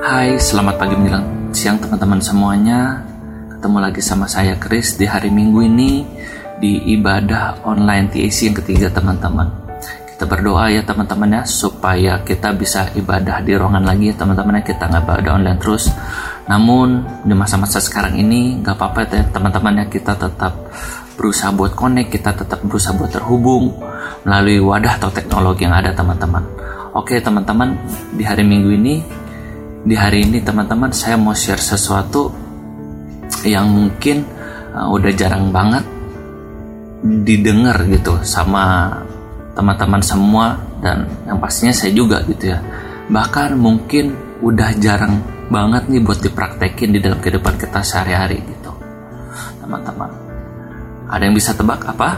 Hai, selamat pagi menjelang siang teman-teman semuanya. Ketemu lagi sama saya Chris di hari Minggu ini di ibadah online TAC yang ketiga teman-teman. Kita berdoa ya teman-teman ya, supaya kita bisa ibadah di ruangan lagi ya teman-teman ya. Kita nggak ibadah online terus. Namun di masa-masa sekarang ini nggak apa-apa ya teman-teman ya, kita tetap berusaha buat connect, kita tetap berusaha buat terhubung melalui wadah atau teknologi yang ada teman-teman. Oke teman-teman, di hari Minggu ini, di hari ini teman-teman, saya mau share sesuatu yang mungkin udah jarang banget didengar gitu sama teman-teman semua, dan yang pastinya saya juga gitu ya. Bahkan mungkin udah jarang banget nih buat dipraktekin di dalam kehidupan kita sehari-hari gitu teman-teman. Ada yang bisa tebak apa?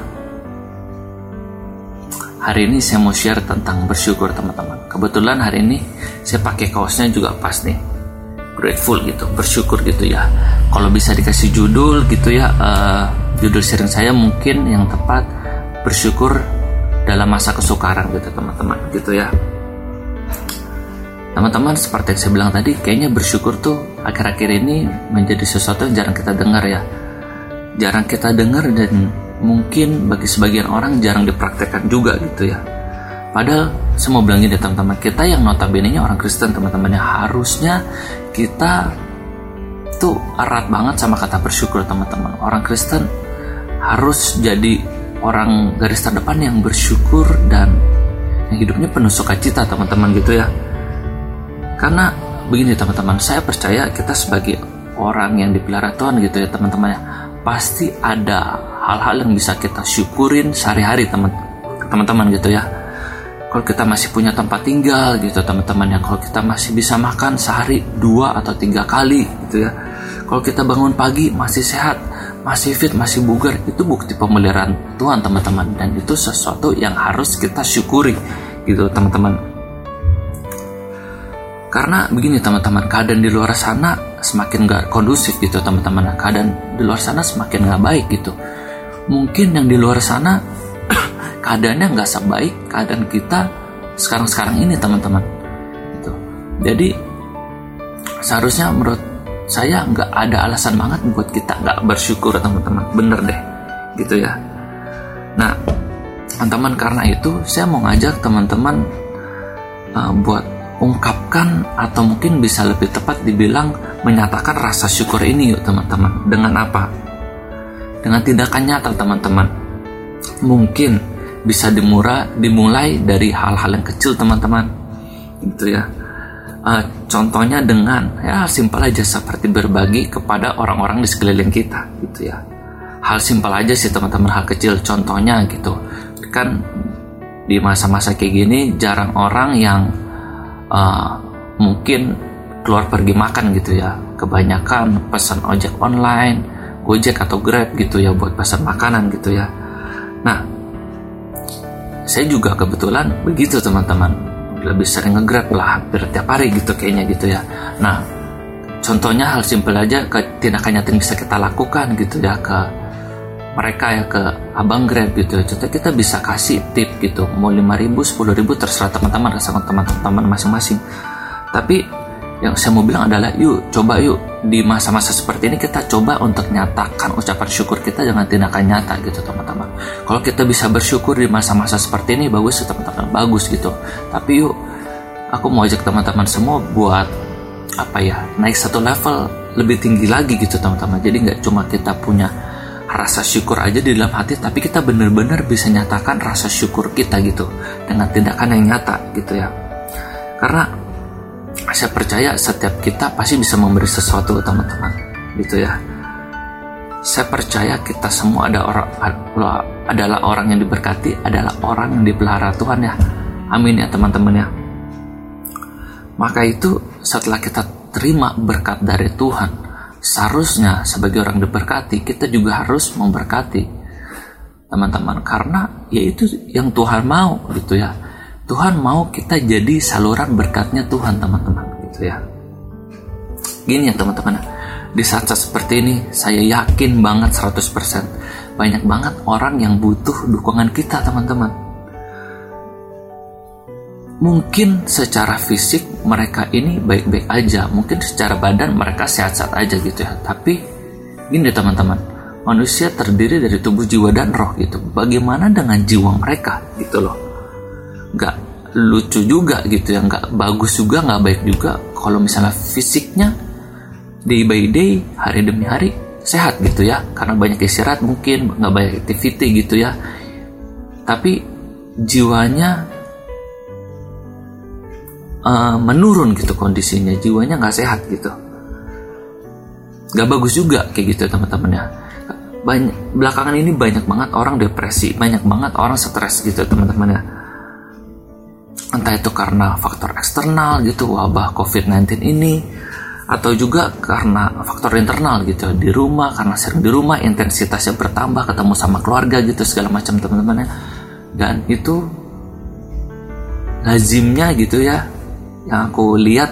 Hari ini saya mau share tentang bersyukur teman-teman. Kebetulan hari ini saya pakai kaosnya juga pas nih, grateful gitu, bersyukur gitu ya. Kalau bisa dikasih judul gitu ya, judul sharing saya mungkin yang tepat, bersyukur dalam masa kesukaran gitu teman-teman gitu ya. Teman-teman, seperti yang saya bilang tadi, kayaknya bersyukur tuh akhir-akhir ini menjadi sesuatu yang jarang kita dengar ya. Jarang kita dengar, dan mungkin bagi sebagian orang jarang dipraktekkan juga gitu ya. Padahal saya mau bilang gini teman-teman, kita yang notabene-nya orang Kristen teman-teman ya, harusnya kita tuh erat banget sama kata bersyukur teman-teman. Orang Kristen harus jadi orang garis terdepan yang bersyukur dan yang hidupnya penuh sukacita teman-teman gitu ya. Karena begini teman-teman, saya percaya kita sebagai orang yang dipelihara Tuhan gitu ya teman-teman ya, pasti ada hal-hal yang bisa kita syukurin sehari-hari teman-teman gitu ya. Kalau kita masih punya tempat tinggal gitu teman-teman ya, kalau kita masih bisa makan sehari 2 atau 3 kali gitu ya, kalau kita bangun pagi masih sehat, masih fit, masih bugar, itu bukti pemeliharaan Tuhan teman-teman, dan itu sesuatu yang harus kita syukuri gitu teman-teman. Karena begini teman-teman, keadaan di luar sana semakin gak kondusif gitu teman-teman. Keadaan di luar sana semakin gak baik gitu. Mungkin yang di luar sana keadaannya gak sebaik keadaan kita sekarang-sekarang ini teman-teman gitu. Jadi seharusnya menurut saya gak ada alasan banget buat kita gak bersyukur teman-teman. Bener deh gitu ya. Nah teman-teman, karena itu saya mau ngajak teman-teman buat ungkapkan, atau mungkin bisa lebih tepat dibilang menyatakan rasa syukur ini yuk teman-teman. Dengan apa? Dengan tindakan nyata teman-teman. Mungkin bisa dimulai dari hal-hal yang kecil teman-teman gitu ya. Contohnya dengan ya simpel aja, seperti berbagi kepada orang-orang di sekeliling kita gitu ya. Hal simpel aja sih teman-teman, hal kecil. Contohnya gitu kan, di masa-masa kayak gini jarang orang yang mungkin keluar pergi makan gitu ya. Kebanyakan pesan ojek online, Gojek atau Grab gitu ya, buat pesan makanan gitu ya. Nah, saya juga kebetulan begitu teman-teman, lebih sering nge-Grab lah, hampir tiap hari gitu kayaknya gitu ya. Nah, contohnya hal simpel aja, tindakan nyata yang bisa kita lakukan gitu ya ke mereka ya, ke abang Grab gitu ya. Contohnya kita bisa kasih tip gitu, mau 5.000, 10.000 terserah teman-teman, rasa teman-teman masing-masing. Tapi yang saya mau bilang adalah coba yuk di masa-masa seperti ini kita coba untuk nyatakan ucapan syukur kita dengan tindakan nyata gitu teman-teman. Kalau kita bisa bersyukur di masa-masa seperti ini, bagus ya teman-teman, bagus gitu. Tapi aku mau ajak teman-teman semua buat naik satu level lebih tinggi lagi gitu teman-teman. Jadi nggak cuma kita punya rasa syukur aja di dalam hati, tapi kita benar-benar bisa nyatakan rasa syukur kita gitu dengan tindakan yang nyata gitu ya. Karena saya percaya setiap kita pasti bisa memberi sesuatu teman-teman gitu ya. Saya percaya kita semua adalah orang yang diberkati, adalah orang yang dipelihara Tuhan ya. Amin ya teman-teman ya. Maka itu setelah kita terima berkat dari Tuhan, seharusnya sebagai orang diberkati, kita juga harus memberkati teman-teman. Karena yaitu yang Tuhan mau gitu ya. Tuhan mau kita jadi saluran berkatnya Tuhan teman-teman gitu ya. Gini ya teman-teman, di saat-saat seperti ini saya yakin banget 100% banyak banget orang yang butuh dukungan kita teman-teman. mungkin secara fisik mereka ini baik-baik aja, mungkin secara badan mereka sehat-sehat aja gitu ya. Tapi gini teman-teman, manusia terdiri dari tubuh, jiwa, dan roh gitu. Bagaimana dengan jiwa mereka gitu loh? Gak lucu juga gitu ya, gak bagus juga, gak baik juga kalau misalnya fisiknya day by day, hari demi hari sehat gitu ya, karena banyak istirahat, mungkin gak banyak activity gitu ya. Tapi jiwanya menurun gitu kondisinya, jiwanya nggak sehat gitu, nggak bagus juga kayak gitu teman-teman ya. Belakangan ini banyak banget orang depresi, banyak banget orang stres gitu teman-teman ya. Entah itu karena faktor eksternal gitu, wabah COVID-19 ini, atau juga karena faktor internal gitu, di rumah, karena sering di rumah, intensitasnya bertambah, ketemu sama keluarga gitu, segala macam teman-teman ya. Dan itu lazimnya gitu ya, yang aku lihat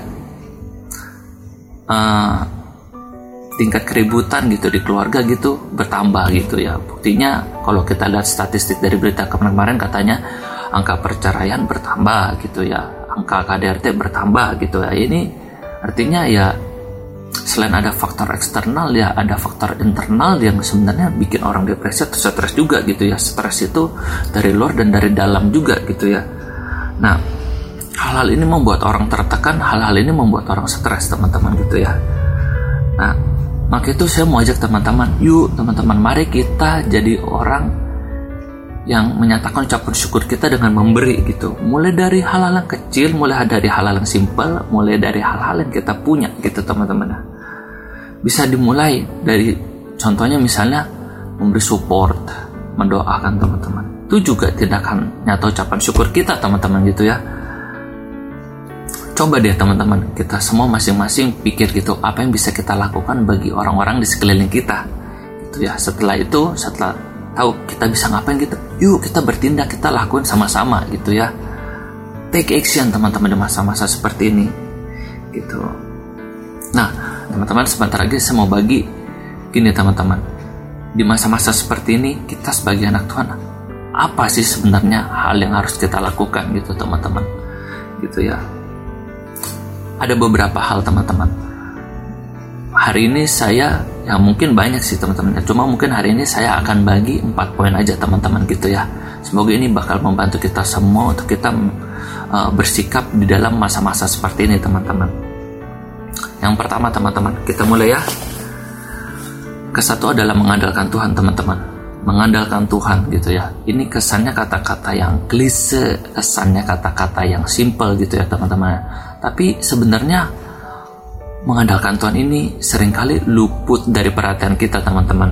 tingkat keributan gitu di keluarga gitu bertambah gitu ya. Buktinya kalau kita lihat statistik dari berita kemarin katanya angka perceraian bertambah gitu ya, angka KDRT bertambah gitu ya. Ini artinya ya selain ada faktor eksternal ya ada faktor internal yang sebenarnya bikin orang depresi atau stres juga gitu ya. Stres itu dari luar dan dari dalam juga gitu ya. Nah, hal-hal ini membuat orang tertekan, hal-hal ini membuat orang stres teman-teman gitu ya. Nah, maka itu saya mau ajak teman-teman, yuk teman-teman, mari kita jadi orang yang menyatakan ucapan syukur kita dengan memberi gitu. Mulai dari hal-hal yang kecil, mulai dari hal-hal yang simpel, mulai dari hal-hal yang kita punya gitu teman-teman. Bisa dimulai dari contohnya misalnya memberi support, mendoakan teman-teman. Itu juga tindakan nyata ucapan syukur kita teman-teman gitu ya. Coba deh teman-teman, kita semua masing-masing pikir gitu, apa yang bisa kita lakukan bagi orang-orang di sekeliling kita gitu ya. Setelah itu, setelah tahu kita bisa ngapain gitu, yuk kita bertindak, kita lakuin sama-sama gitu ya. Take action teman-teman di masa-masa seperti ini gitu. Nah teman-teman, sebentar lagi saya mau bagi gini teman-teman, di masa-masa seperti ini kita sebagai anak Tuhan, apa sih sebenarnya hal yang harus kita lakukan gitu teman-teman gitu ya. Ada beberapa hal teman-teman. Hari ini saya, ya mungkin banyak sih teman-teman, cuma mungkin hari ini saya akan bagi 4 poin aja teman-teman gitu ya. Semoga ini bakal membantu kita semua untuk kita bersikap di dalam masa-masa seperti ini teman-teman. Yang pertama teman-teman, kita mulai ya. Kesatu adalah mengandalkan Tuhan teman-teman. Mengandalkan Tuhan gitu ya. Ini kesannya kata-kata yang klise, kesannya kata-kata yang simple gitu ya teman-teman. Tapi sebenarnya mengandalkan Tuhan ini seringkali luput dari perhatian kita teman-teman.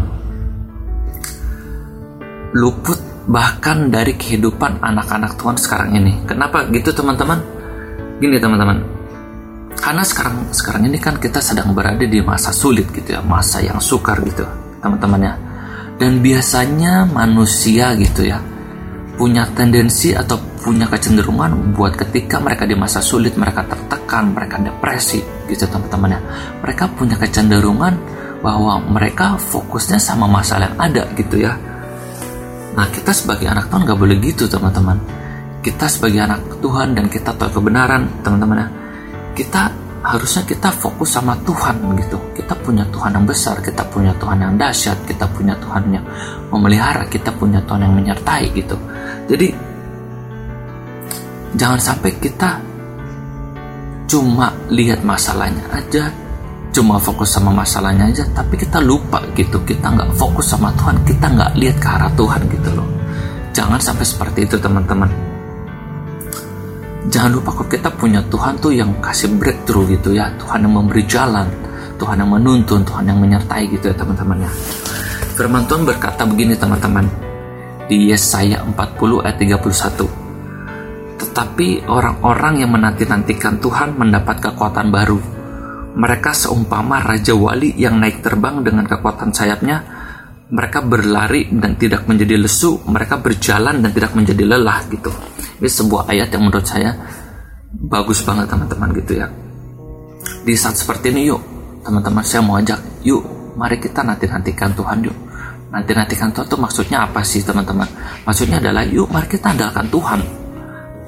Luput bahkan dari kehidupan anak-anak Tuhan sekarang ini. Kenapa gitu teman-teman? Gini teman-teman, karena sekarang ini kan kita sedang berada di masa sulit gitu ya, masa yang sukar gitu teman-teman ya. Dan biasanya manusia gitu ya punya tendensi atau punya kecenderungan buat ketika mereka di masa sulit, mereka tertekan, mereka depresi gitu teman-teman ya. Mereka punya kecenderungan bahwa mereka fokusnya sama masalah yang ada gitu ya. Nah kita sebagai anak Tuhan gak boleh gitu teman-teman. Kita sebagai anak Tuhan dan kita tahu kebenaran teman-teman ya, harusnya kita fokus sama Tuhan gitu. Kita punya Tuhan yang besar, kita punya Tuhan yang dahsyat, kita punya Tuhan yang memelihara, kita punya Tuhan yang menyertai gitu. Jadi jangan sampai kita cuma lihat masalahnya aja, cuma fokus sama masalahnya aja, tapi kita lupa gitu, kita nggak fokus sama Tuhan, kita nggak lihat ke arah Tuhan gitu loh. Jangan sampai seperti itu teman-teman. Jangan lupa kalau kita punya Tuhan tuh yang kasih breakthrough gitu ya, Tuhan yang memberi jalan, Tuhan yang menuntun, Tuhan yang menyertai gitu ya teman-teman ya. Firman Tuhan berkata begini teman-teman, di Yesaya 40 ayat 31. Tetapi orang-orang yang menanti-nantikan Tuhan mendapat kekuatan baru. Mereka seumpama Raja Wali yang naik terbang dengan kekuatan sayapnya. Mereka berlari dan tidak menjadi lesu, mereka berjalan dan tidak menjadi lelah gitu. Ini sebuah ayat yang menurut saya bagus banget teman-teman gitu ya. Di saat seperti ini yuk teman-teman, saya mau ajak, yuk mari kita nanti-nantikan Tuhan yuk. Nanti-nantikan Tuhan itu maksudnya apa sih teman-teman? Maksudnya adalah yuk mari kita andalkan Tuhan.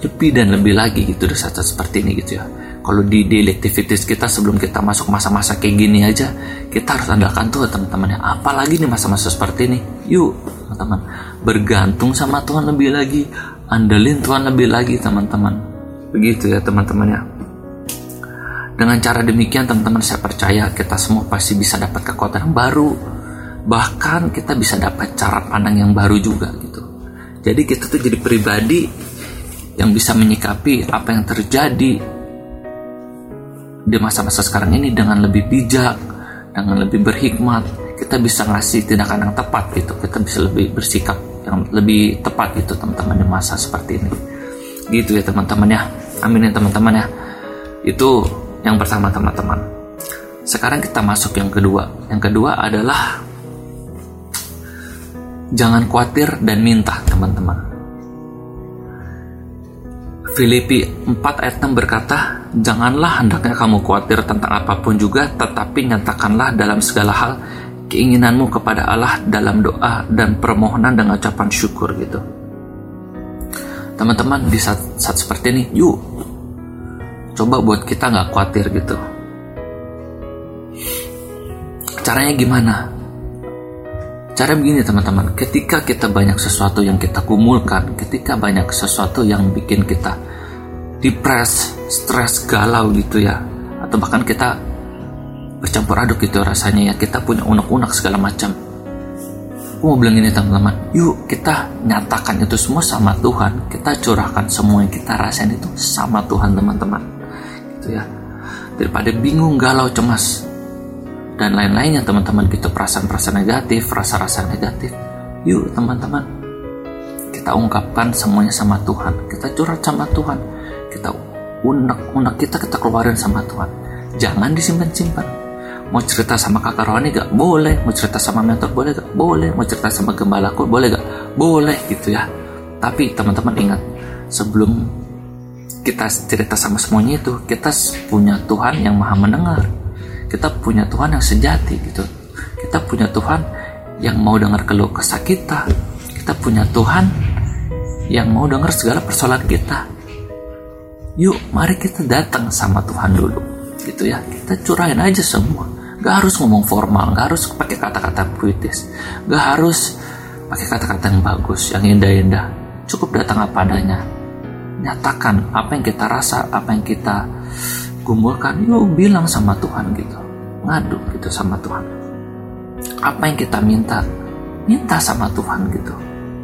lebih dan lebih lagi gitu di saat-saat seperti ini gitu ya. Kalau di daily activities kita sebelum kita masuk masa-masa kayak gini aja, kita harus andalkan Tuhan teman-teman ya. Apalagi nih masa-masa seperti ini, yuk teman-teman bergantung sama Tuhan lebih lagi, andalin Tuhan lebih lagi teman-teman. Begitu ya teman-teman ya. Dengan cara demikian teman-teman, saya percaya kita semua pasti bisa dapat kekuatan yang baru. Bahkan kita bisa dapat cara pandang yang baru juga gitu. Jadi kita tuh jadi pribadi yang bisa menyikapi apa yang terjadi di masa-masa sekarang ini dengan lebih bijak, dengan lebih berhikmat. Kita bisa ngasih tindakan yang tepat gitu. Kita bisa lebih bersikap yang lebih tepat gitu teman-teman di masa seperti ini. Gitu ya teman-teman ya. Amin ya teman-teman ya. Itu yang pertama teman-teman. Sekarang kita masuk yang kedua. Yang kedua adalah jangan khawatir dan minta teman-teman. Filipi 4 ayat 6 berkata, janganlah hendaknya kamu khawatir tentang apapun juga, tetapi nyatakanlah dalam segala hal keinginanmu kepada Allah dalam doa dan permohonan dengan ucapan syukur gitu. Teman-teman, di saat seperti ini, yuk coba buat kita gak khawatir gitu. Caranya gimana? Cara begini teman-teman, ketika kita banyak sesuatu yang kita kumpulkan, ketika banyak sesuatu yang bikin kita depres, stres, galau gitu ya, atau bahkan kita bercampur aduk gitu rasanya ya, kita punya unek-unek segala macam. Aku mau bilang ini teman-teman, yuk kita nyatakan itu semua sama Tuhan, kita curahkan semua yang kita rasain itu sama Tuhan teman-teman, gitu ya. Daripada bingung, galau, cemas dan lain-lainnya teman-teman gitu, perasaan-perasaan negatif, rasa-rasa negatif, yuk teman-teman kita ungkapkan semuanya sama Tuhan, kita curhat sama Tuhan, kita unek-unek kita keluarin sama Tuhan, jangan disimpan-simpan. Mau cerita sama kakak rohani gak? Boleh. Mau cerita sama mentor boleh gak? Boleh. Mau cerita sama gembalaku boleh gak? Boleh gitu ya. Tapi teman-teman ingat, sebelum kita cerita sama semuanya itu, kita punya Tuhan yang maha mendengar. Kita punya Tuhan yang sejati gitu. Kita punya Tuhan yang mau dengar keluh kesah kita. Kita punya Tuhan yang mau dengar segala persoalan kita. Yuk, mari kita datang sama Tuhan dulu, gitu ya. Kita curahin aja semua. Gak harus ngomong formal, gak harus pakai kata-kata puitis, gak harus pakai kata-kata yang bagus, yang indah-indah. Cukup datang apa adanya. Nyatakan apa yang kita rasa, apa yang kita kumpulkan, yuk bilang sama Tuhan gitu, ngadu gitu sama Tuhan. Apa yang kita minta sama Tuhan gitu.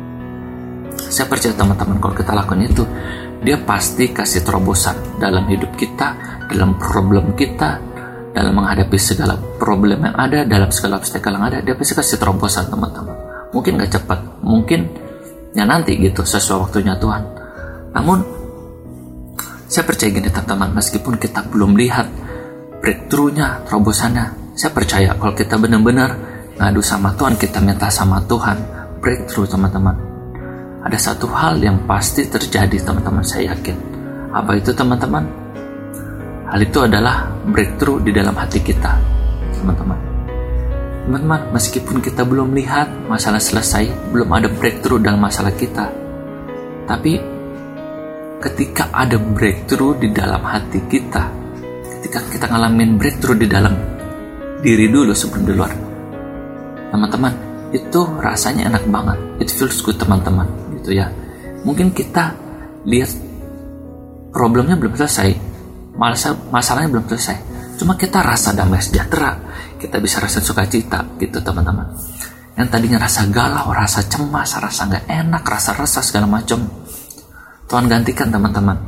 Saya percaya teman-teman, kalau kita lakukan itu, Dia pasti kasih terobosan dalam hidup kita, dalam problem kita, dalam menghadapi segala problem yang ada, dalam segala obstacle yang ada. Dia pasti kasih terobosan teman-teman. Mungkin gak cepat, mungkin ya nanti gitu sesuai waktunya Tuhan. Namun saya percaya gini teman-teman, meskipun kita belum lihat breakthrough-nya, terobosannya, saya percaya kalau kita benar-benar ngadu sama Tuhan, kita minta sama Tuhan breakthrough teman-teman, ada satu hal yang pasti terjadi teman-teman, saya yakin. Apa itu teman-teman? Hal itu adalah breakthrough di dalam hati kita teman-teman. Teman-teman, meskipun kita belum lihat masalah selesai, belum ada breakthrough dalam masalah kita, tapi ketika ada breakthrough di dalam hati kita, ketika kita ngalamin breakthrough di dalam diri dulu sebelum di luar, teman-teman, itu rasanya enak banget. It feels good teman-teman, gitu ya. Mungkin kita lihat problemnya belum selesai, masalahnya belum selesai, cuma kita rasa damai sejahtera, kita bisa rasa sukacita gitu teman-teman. Yang tadinya rasa galau, rasa cemas, rasa gak enak, rasa resah segala macam, Tuhan gantikan teman-teman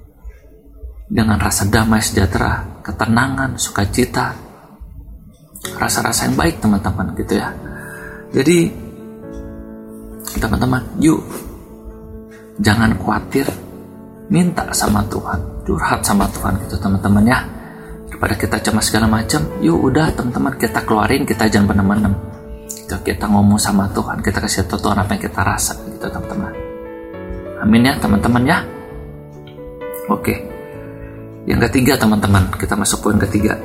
dengan rasa damai sejahtera, ketenangan, sukacita, rasa-rasa yang baik teman-teman gitu ya. Jadi teman-teman, yuk jangan khawatir, minta sama Tuhan, curhat sama Tuhan gitu teman-teman ya. Daripada kita cemas segala macam, yuk udah teman-teman kita keluarin, kita jangan benem-benem gitu, kita ngomong sama Tuhan, kita kasih tahu Tuhan apa yang kita rasa gitu teman-teman. Amin ya teman-teman ya. Oke, yang ketiga teman-teman, kita masuk poin ketiga.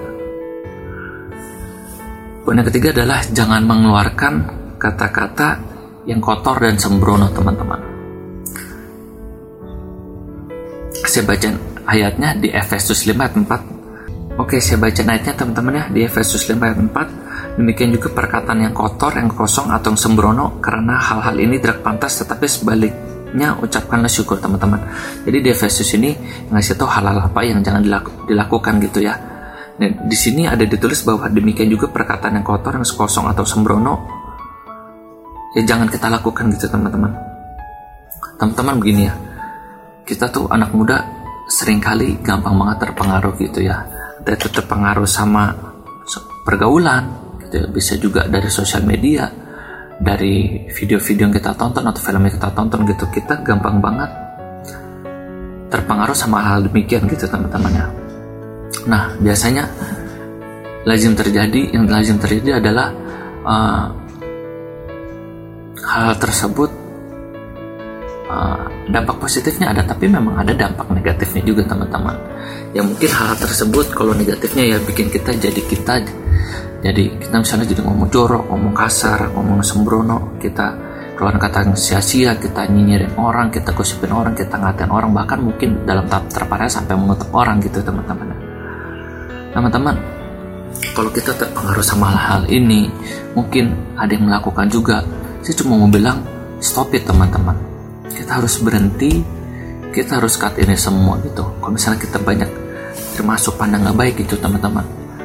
Poin yang ketiga adalah jangan mengeluarkan kata-kata yang kotor dan sembrono teman-teman. Saya baca ayatnya di Efesus 5 ayat 4. Oke, saya baca ayatnya teman-teman ya, di Efesus 5 ayat 4. Demikian juga perkataan yang kotor, yang kosong atau yang sembrono, karena hal-hal ini tidak pantas, tetapi sebaliknya ucapkanlah syukur teman-teman. Jadi di Efesus ini ngasih tahu hal-hal apa yang jangan dilakukan gitu ya. Dan di sini ada ditulis bahwa demikian juga perkataan yang kotor, yang kosong atau sembrono, ya jangan kita lakukan gitu teman-teman. Teman-teman begini ya, kita tuh anak muda seringkali gampang banget terpengaruh gitu ya. Entah itu terpengaruh sama pergaulan gitu ya, bisa juga dari sosial media, dari video-video yang kita tonton atau film yang kita tonton gitu. Kita gampang banget terpengaruh sama hal demikian gitu teman-teman ya. Nah, biasanya yang lazim terjadi adalah hal tersebut dampak positifnya ada, tapi memang ada dampak negatifnya juga teman-teman. Ya mungkin hal tersebut kalau negatifnya ya bikin kita jadi misalnya jadi ngomong jorok, ngomong kasar, ngomong sembrono, kita keluar kata yang sia-sia, kita nyinyirin orang, kita gosipin orang, kita ngatain orang, bahkan mungkin dalam tahap terparah sampai mengutuk orang gitu teman-teman. Teman-teman, kalau kita terpengaruh sama hal ini, mungkin ada yang melakukan juga. Saya cuma mau bilang stop it teman-teman. Kita harus berhenti, kita harus cut ini semua gitu. Kalau misalnya kita banyak termasuk pandang gak baik gitu teman-teman,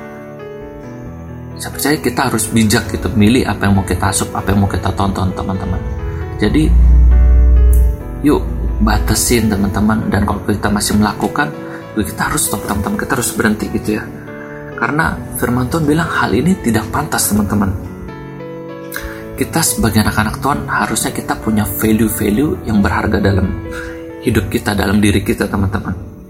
saya percaya kita harus bijak gitu, milih apa yang mau kita asup, apa yang mau kita tonton teman-teman. Jadi yuk batasin teman-teman, dan kalau kita masih melakukan, kita harus stop teman-teman, kita harus berhenti gitu ya. Karena firman Tuhan bilang hal ini tidak pantas teman-teman. Kita sebagai anak-anak Tuhan harusnya kita punya value-value yang berharga dalam hidup kita, dalam diri kita teman-teman.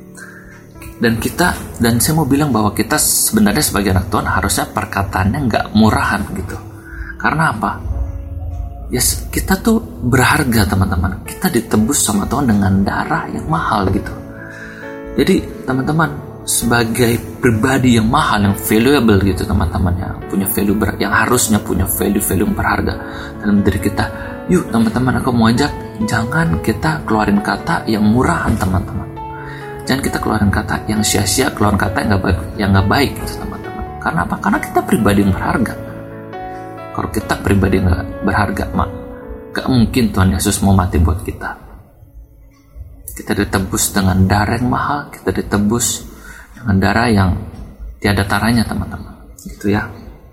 Dan saya mau bilang bahwa kita sebenarnya sebagai anak Tuhan harusnya perkataannya nggak murahan gitu. Karena apa? Ya kita tuh berharga teman-teman. Kita ditebus sama Tuhan dengan darah yang mahal gitu. Jadi teman-teman, sebagai pribadi yang mahal, yang valuable gitu teman-teman, ya punya value yang harusnya punya value yang berharga dalam diri kita. Yuk teman-teman, aku mau ajak, jangan kita keluarin kata yang murahan teman-teman. Jangan kita keluarin kata yang sia-sia, keluarin kata yang nggak baik gitu teman-teman. Karena apa? Karena kita pribadi yang berharga. Kalau kita pribadi nggak berharga, gak mungkin Tuhan Yesus mau mati buat kita. Kita ditebus dengan darah yang mahal, kita ditebus dengan darah yang tiada taranya teman-teman, gitu ya.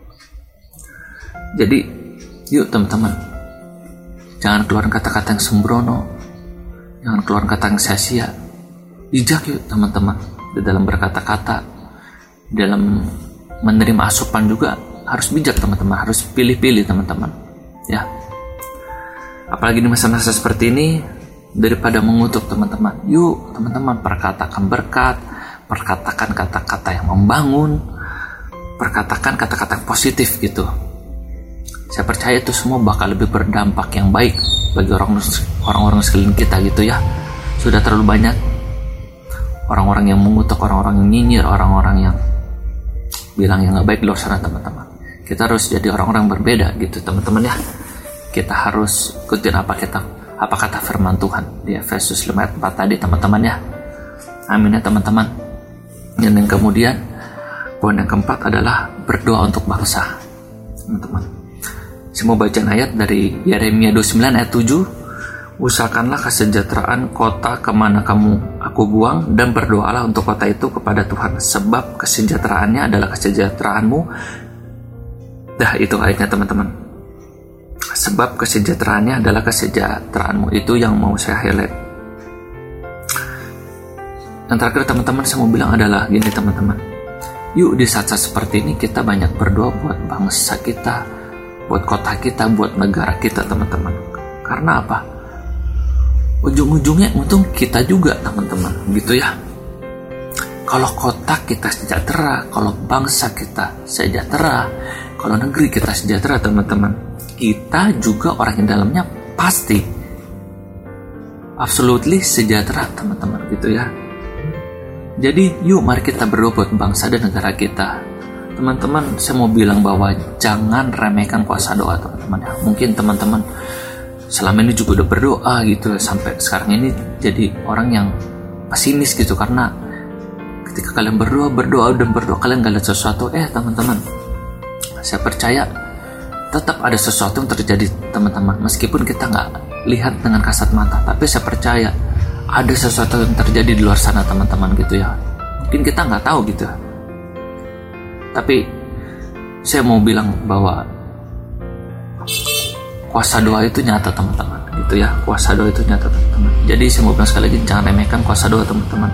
Jadi yuk teman-teman, jangan keluar kata-kata yang sembrono, jangan keluar kata yang sia-sia. Bijak yuk teman-teman di dalam berkata-kata, dalam menerima asupan juga harus bijak teman-teman, harus pilih-pilih teman-teman ya. Apalagi di masa-masa seperti ini, daripada mengutuk teman-teman, yuk teman-teman perkatakan berkat, perkatakan kata-kata yang membangun, perkatakan kata-kata yang positif gitu. Saya percaya itu semua bakal lebih berdampak yang baik bagi orang-orang sekeliling kita gitu ya. Sudah terlalu banyak orang-orang yang mengutuk, orang-orang yang nyinyir, orang-orang yang bilang yang gak baik di luar sana teman-teman. Kita harus jadi orang-orang berbeda gitu teman-teman ya. Kita harus ikutin apa kata firman Tuhan di Efesus 5 ayat 4 tadi teman-teman ya. Amin ya teman-teman. Dan yang kemudian poin yang keempat adalah berdoa untuk bangsa teman-teman. Saya mau baca ayat dari Yeremia 29 ayat 7. Usahakanlah kesejahteraan kota kemana aku buang, dan berdoalah untuk kota itu kepada Tuhan, sebab kesejahteraannya adalah kesejahteraanmu. Dah itu ayatnya teman-teman. Sebab kesejahteraannya adalah kesejahteraanmu, itu yang mau saya highlight. Dan terakhir teman-teman, saya mau bilang adalah gini teman-teman. Yuk di saat-saat seperti ini kita banyak berdoa buat bangsa kita, buat kota kita, buat negara kita teman-teman. Karena apa? Ujung-ujungnya untung kita juga teman-teman gitu ya. Kalau kota kita sejahtera, kalau bangsa kita sejahtera, kalau negeri kita sejahtera teman-teman, kita juga orang yang dalamnya pasti absolutely sejahtera teman-teman gitu ya. Jadi yuk mari kita berdoa buat bangsa dan negara kita. Teman-teman, saya mau bilang bahwa jangan remehkan kuasa doa teman-teman ya. Mungkin teman-teman selama ini juga udah berdoa gitu, sampai sekarang ini jadi orang yang pesimis gitu, karena ketika kalian berdoa kalian gak lihat sesuatu. Teman-teman, saya percaya tetap ada sesuatu yang terjadi teman-teman, meskipun kita nggak lihat dengan kasat mata, tapi saya percaya ada sesuatu yang terjadi di luar sana teman-teman gitu ya. Mungkin kita nggak tahu gitu, tapi saya mau bilang bahwa kuasa doa itu nyata teman-teman gitu ya. Kuasa doa itu nyata teman-teman. Jadi saya mau bilang sekali lagi, jangan remehkan kuasa doa teman-teman.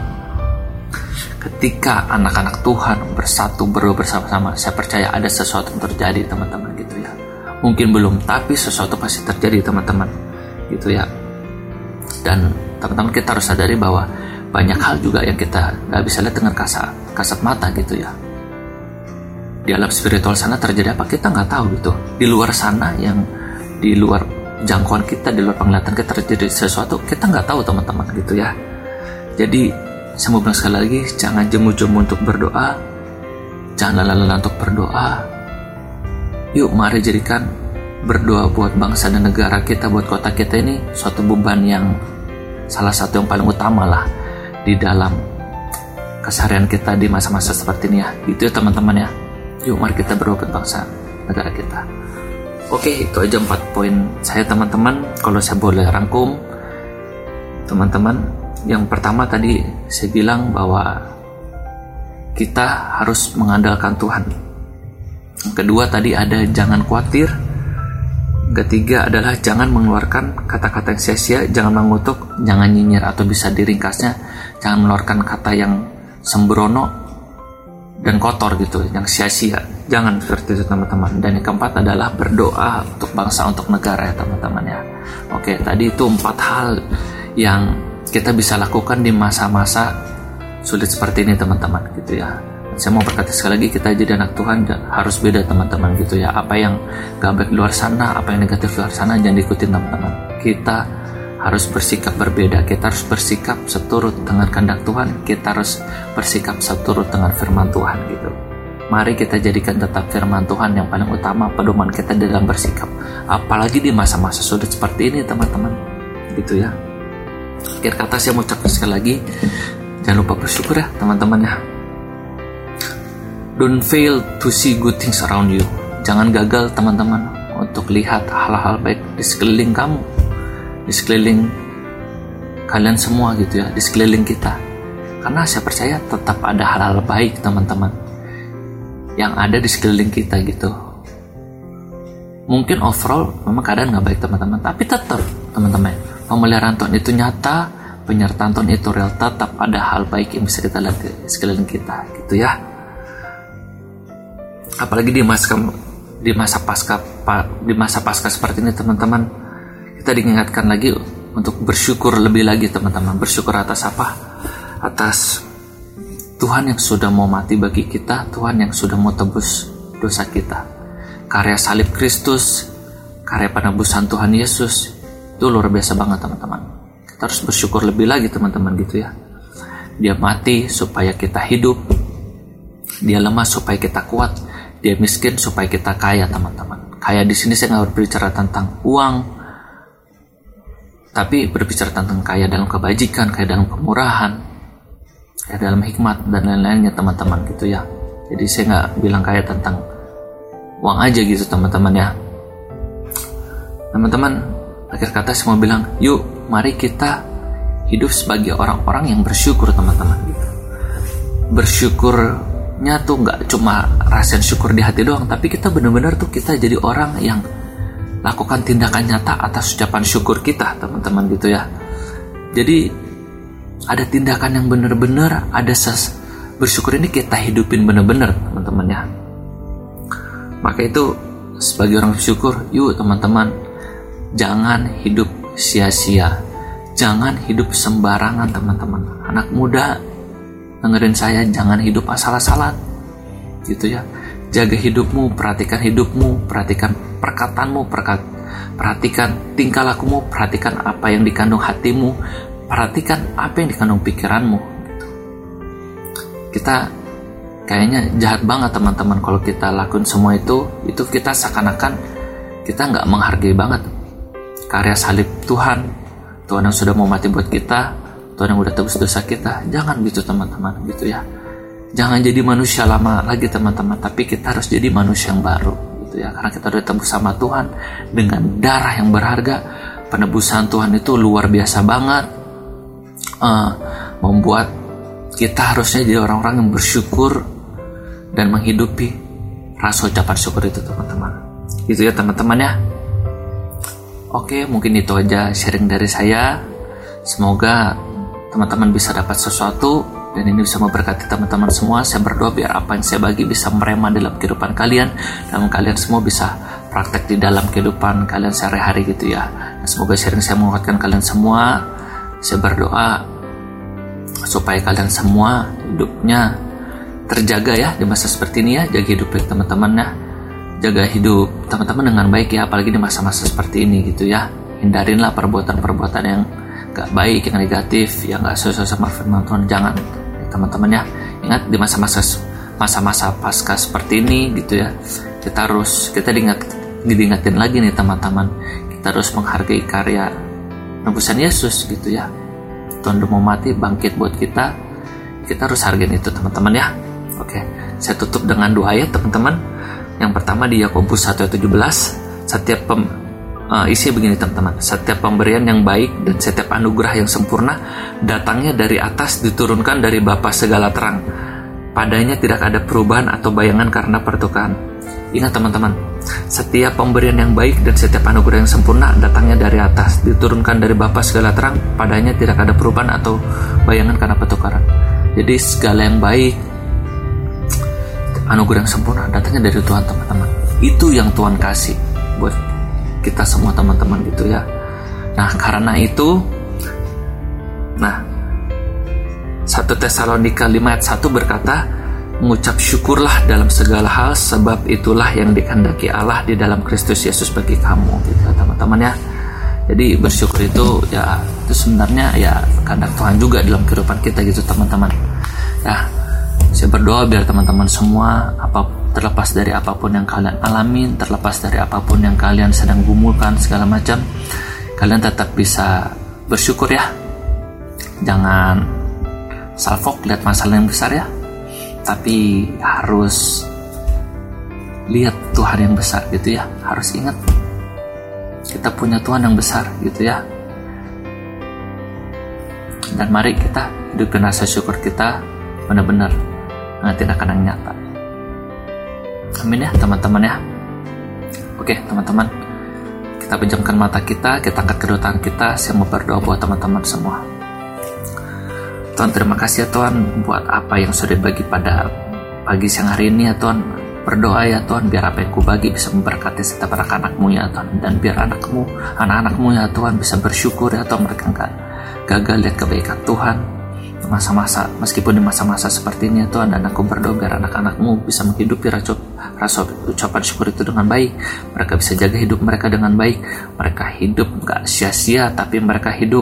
Ketika anak-anak Tuhan bersatu berdoa bersama-sama, saya percaya ada sesuatu yang terjadi teman-teman gitu ya. Mungkin belum, tapi sesuatu pasti terjadi teman-teman gitu ya. Dan teman-teman, kita harus sadari bahwa banyak hal juga yang kita gak bisa lihat dengan kasat mata gitu ya. Di alam spiritual sana terjadi apa kita nggak tahu gitu. Di luar sana, yang di luar jangkauan kita, di luar penglihatan kita, terjadi sesuatu kita nggak tahu teman-teman gitu ya. Jadi saya mau bilang sekali lagi, jangan jemu-jemu untuk berdoa, jangan lelah-lelah untuk berdoa. Yuk mari jadikan berdoa buat bangsa dan negara kita, buat kota kita ini suatu beban yang salah satu yang paling utama lah di dalam keseharian kita di masa-masa seperti ini ya. Gitu ya teman-teman ya. Yuk mari kita berdoa buat bangsa negara kita. Oke, itu aja 4 poin saya teman-teman. Kalau saya boleh rangkum teman-teman, yang pertama tadi saya bilang bahwa kita harus mengandalkan Tuhan. Yang kedua tadi ada jangan khawatir. Yang ketiga adalah jangan mengeluarkan kata-kata yang sia-sia, jangan mengutuk, jangan nyinyir, atau bisa diringkasnya, jangan mengeluarkan kata yang sembrono dan kotor gitu, yang sia-sia. Jangan seperti itu teman-teman. Dan yang keempat adalah berdoa untuk bangsa, untuk negara ya teman-teman ya. Oke, tadi itu 4 hal yang kita bisa lakukan di masa-masa sulit seperti ini teman-teman gitu ya. Saya mau berkata sekali lagi, kita jadi anak Tuhan harus beda teman-teman gitu ya. Apa yang gak baik di luar sana, apa yang negatif di luar sana, jangan diikutin teman-teman. Kita harus bersikap berbeda, kita harus bersikap seturut dengan kehendak Tuhan, kita harus bersikap seturut dengan firman Tuhan gitu. Mari kita jadikan tetap firman Tuhan yang paling utama pedoman kita dalam bersikap, apalagi di masa-masa sulit seperti ini teman-teman gitu ya. Akhir kata saya mau ucapkan sekali lagi, jangan lupa bersyukur ya teman-teman ya. Don't fail to see good things around you. Jangan gagal teman-teman untuk lihat hal-hal baik di sekeliling kamu, di sekeliling kalian semua gitu ya, di sekeliling kita. Karena saya percaya tetap ada hal-hal baik teman-teman yang ada di sekeliling kita gitu. Mungkin overall memang keadaan gak baik teman-teman, tapi tetap teman-teman, pemeliharaan Tuhan itu nyata, penyertaan Tuhan itu real. Tetap ada hal baik yang bisa kita lihat di sekeliling kita gitu ya. Apalagi di masa pasca seperti ini teman-teman, kita diingatkan lagi untuk bersyukur lebih lagi teman-teman. Bersyukur atas apa? Atas Tuhan yang sudah mau mati bagi kita, Tuhan yang sudah mau tebus dosa kita. Karya salib Kristus, karya penebusan Tuhan Yesus, itu luar biasa banget teman-teman. Kita harus bersyukur lebih lagi teman-teman gitu ya. Dia mati supaya kita hidup, dia lemah supaya kita kuat, dia miskin supaya kita kaya teman-teman. Kaya di sini saya nggak berbicara tentang uang, tapi berbicara tentang kaya dalam kebajikan, kaya dalam kemurahan, kaya dalam hikmat dan lain-lainnya teman-teman gitu ya. Jadi saya nggak bilang kaya tentang uang aja gitu teman-teman ya. Teman-teman, akhir kata saya mau bilang, yuk mari kita hidup sebagai orang-orang yang bersyukur teman-teman gitu. Bersyukurnya tuh nggak cuma rasa syukur di hati doang, tapi kita benar-benar tuh kita jadi orang yang lakukan tindakan nyata atas ucapan syukur kita teman-teman gitu ya. Jadi ada tindakan yang benar-benar, ada bersyukur ini kita hidupin benar-benar teman-teman ya. Maka itu sebagai orang bersyukur, yuk teman-teman, jangan hidup sia-sia, jangan hidup sembarangan teman-teman. Anak muda dengerin saya, jangan hidup asal-asalan gitu ya. Jaga hidupmu, perhatikan hidupmu, perhatikan perkataanmu, perhatikan tingkah lakumu, perhatikan apa yang dikandung hatimu, perhatikan apa yang dikandung pikiranmu gitu. Kita kayaknya jahat banget teman-teman kalau kita lakuin semua itu kita seakan-akan kita nggak menghargai banget karya salib Tuhan yang sudah mau mati buat kita, Tuhan yang udah tebus dosa kita. Jangan gitu teman-teman gitu ya. Jangan jadi manusia lama lagi teman-teman, tapi kita harus jadi manusia yang baru gitu ya. Karena kita udah tebus sama Tuhan dengan darah yang berharga. Penebusan Tuhan itu luar biasa banget, membuat kita harusnya jadi orang-orang yang bersyukur dan menghidupi rasa ucapan syukur itu teman-teman. Gitu ya teman-teman ya. Oke, mungkin itu aja sharing dari saya. Semoga teman-teman bisa dapat sesuatu dan ini bisa memberkati teman-teman semua. Saya berdoa biar apa yang saya bagi bisa merema dalam kehidupan kalian, dan kalian semua bisa praktek di dalam kehidupan kalian sehari-hari gitu ya. Dan semoga sharing saya menguatkan kalian semua. Saya berdoa supaya kalian semua hidupnya terjaga ya di masa seperti ini ya. Jaga hidup teman-teman ya. Jaga hidup teman-teman dengan baik ya, apalagi di masa-masa seperti ini gitu ya. Hindarinlah perbuatan-perbuatan yang gak baik, yang negatif, yang gak sesuai sama firman Tuhan. Jangan ya, teman-teman ya. Ingat di masa-masa pasca seperti ini gitu ya, kita diingatin lagi nih teman-teman, kita harus menghargai karya nebusan Yesus gitu ya. Tuhan udah mau mati, bangkit buat kita harus hargain itu teman-teman ya. Oke, saya tutup dengan doa ya teman-teman. Yang pertama di Yakobus 1:17, isi begini teman-teman. Setiap pemberian yang baik dan setiap anugerah yang sempurna datangnya dari atas, diturunkan dari Bapa segala terang. Padanya tidak ada perubahan atau bayangan karena pertukaran. Ingat teman-teman, setiap pemberian yang baik dan setiap anugerah yang sempurna datangnya dari atas, diturunkan dari Bapa segala terang. Padanya tidak ada perubahan atau bayangan karena pertukaran. Jadi segala yang baik, anugerah yang sempurna datangnya dari Tuhan teman-teman. Itu yang Tuhan kasih buat kita semua teman-teman gitu ya. Nah karena itu, 1 Tesalonika 5:1 berkata, mengucap syukurlah dalam segala hal, sebab itulah yang dikehendaki Allah di dalam Kristus Yesus bagi kamu gitu ya teman-teman ya. Jadi bersyukur itu ya, itu sebenarnya ya kehendak Tuhan juga dalam kehidupan kita gitu teman-teman ya. Saya berdoa biar teman-teman semua, terlepas dari apapun yang kalian alamin, terlepas dari apapun yang kalian sedang gumulkan segala macam, kalian tetap bisa bersyukur ya. Jangan salfok lihat masalah yang besar ya, tapi harus lihat Tuhan yang besar gitu ya. Harus ingat kita punya Tuhan yang besar gitu ya. Dan mari kita hidupin rasa syukur kita benar-benar dengan tindakan yang nyata. Amin ya teman-teman ya. Oke teman-teman, kita pejamkan mata kita angkat kedua tangan kita. Saya mau berdoa buat teman-teman semua. Tuhan, terima kasih ya Tuhan buat apa yang sudah dibagi pada pagi siang hari ini ya Tuhan. Berdoa ya Tuhan, biar apa yang ku bagi bisa memberkati setiap anak-anakmu ya Tuhan. Dan biar anak-anakmu ya Tuhan bisa bersyukur ya Tuhan, mereka enggak gagal lihat kebaikan Tuhan meskipun di masa-masa seperti ini ya Tuhan. Dan aku berdoa biar anak-anakmu bisa menghidupi rasa ucapan syukur itu dengan baik. Mereka bisa jaga hidup mereka dengan baik. Mereka hidup gak sia-sia, tapi mereka hidup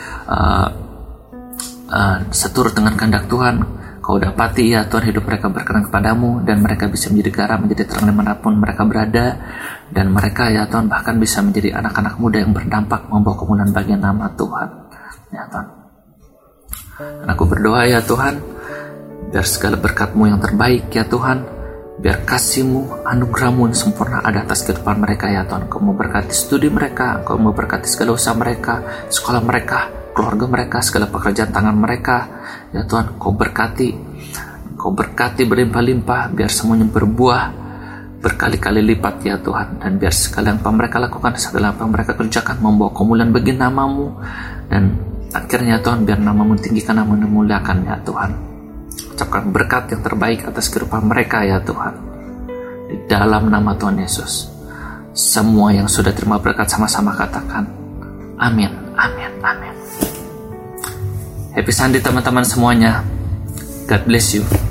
seturut dengan kehendak Tuhan. Kau dapati ya Tuhan hidup mereka berkenan kepadamu, dan mereka bisa menjadi garam, menjadi terang dimanapun mereka berada. Dan mereka ya Tuhan bahkan bisa menjadi anak-anak muda yang berdampak, membawa kemuliaan bagi nama Tuhan ya Tuhan. Dan aku berdoa ya Tuhan, biar segala berkat-Mu yang terbaik ya Tuhan, biar kasih-Mu, anugerah-Mu yang sempurna ada atas kehidupan mereka ya Tuhan. Kau mau berkati studi mereka, Kau mau berkati segala usaha mereka, sekolah mereka, keluarga mereka, segala pekerjaan tangan mereka ya Tuhan. Kau berkati berlimpah-limpah, biar semuanya berbuah berkali-kali lipat ya Tuhan. Dan biar segala yang mereka lakukan, segala yang mereka kerjakan membawa kemuliaan bagi nama-Mu. Dan akhirnya Tuhan, biar nama-Mu tinggikan, nama-Mu dimuliakan ya Tuhan. Ucapkan berkat yang terbaik atas kehidupan mereka ya Tuhan, di dalam nama Tuhan Yesus. Semua yang sudah terima berkat sama-sama katakan amin, amin, amin. Happy Sunday teman-teman semuanya. God bless you.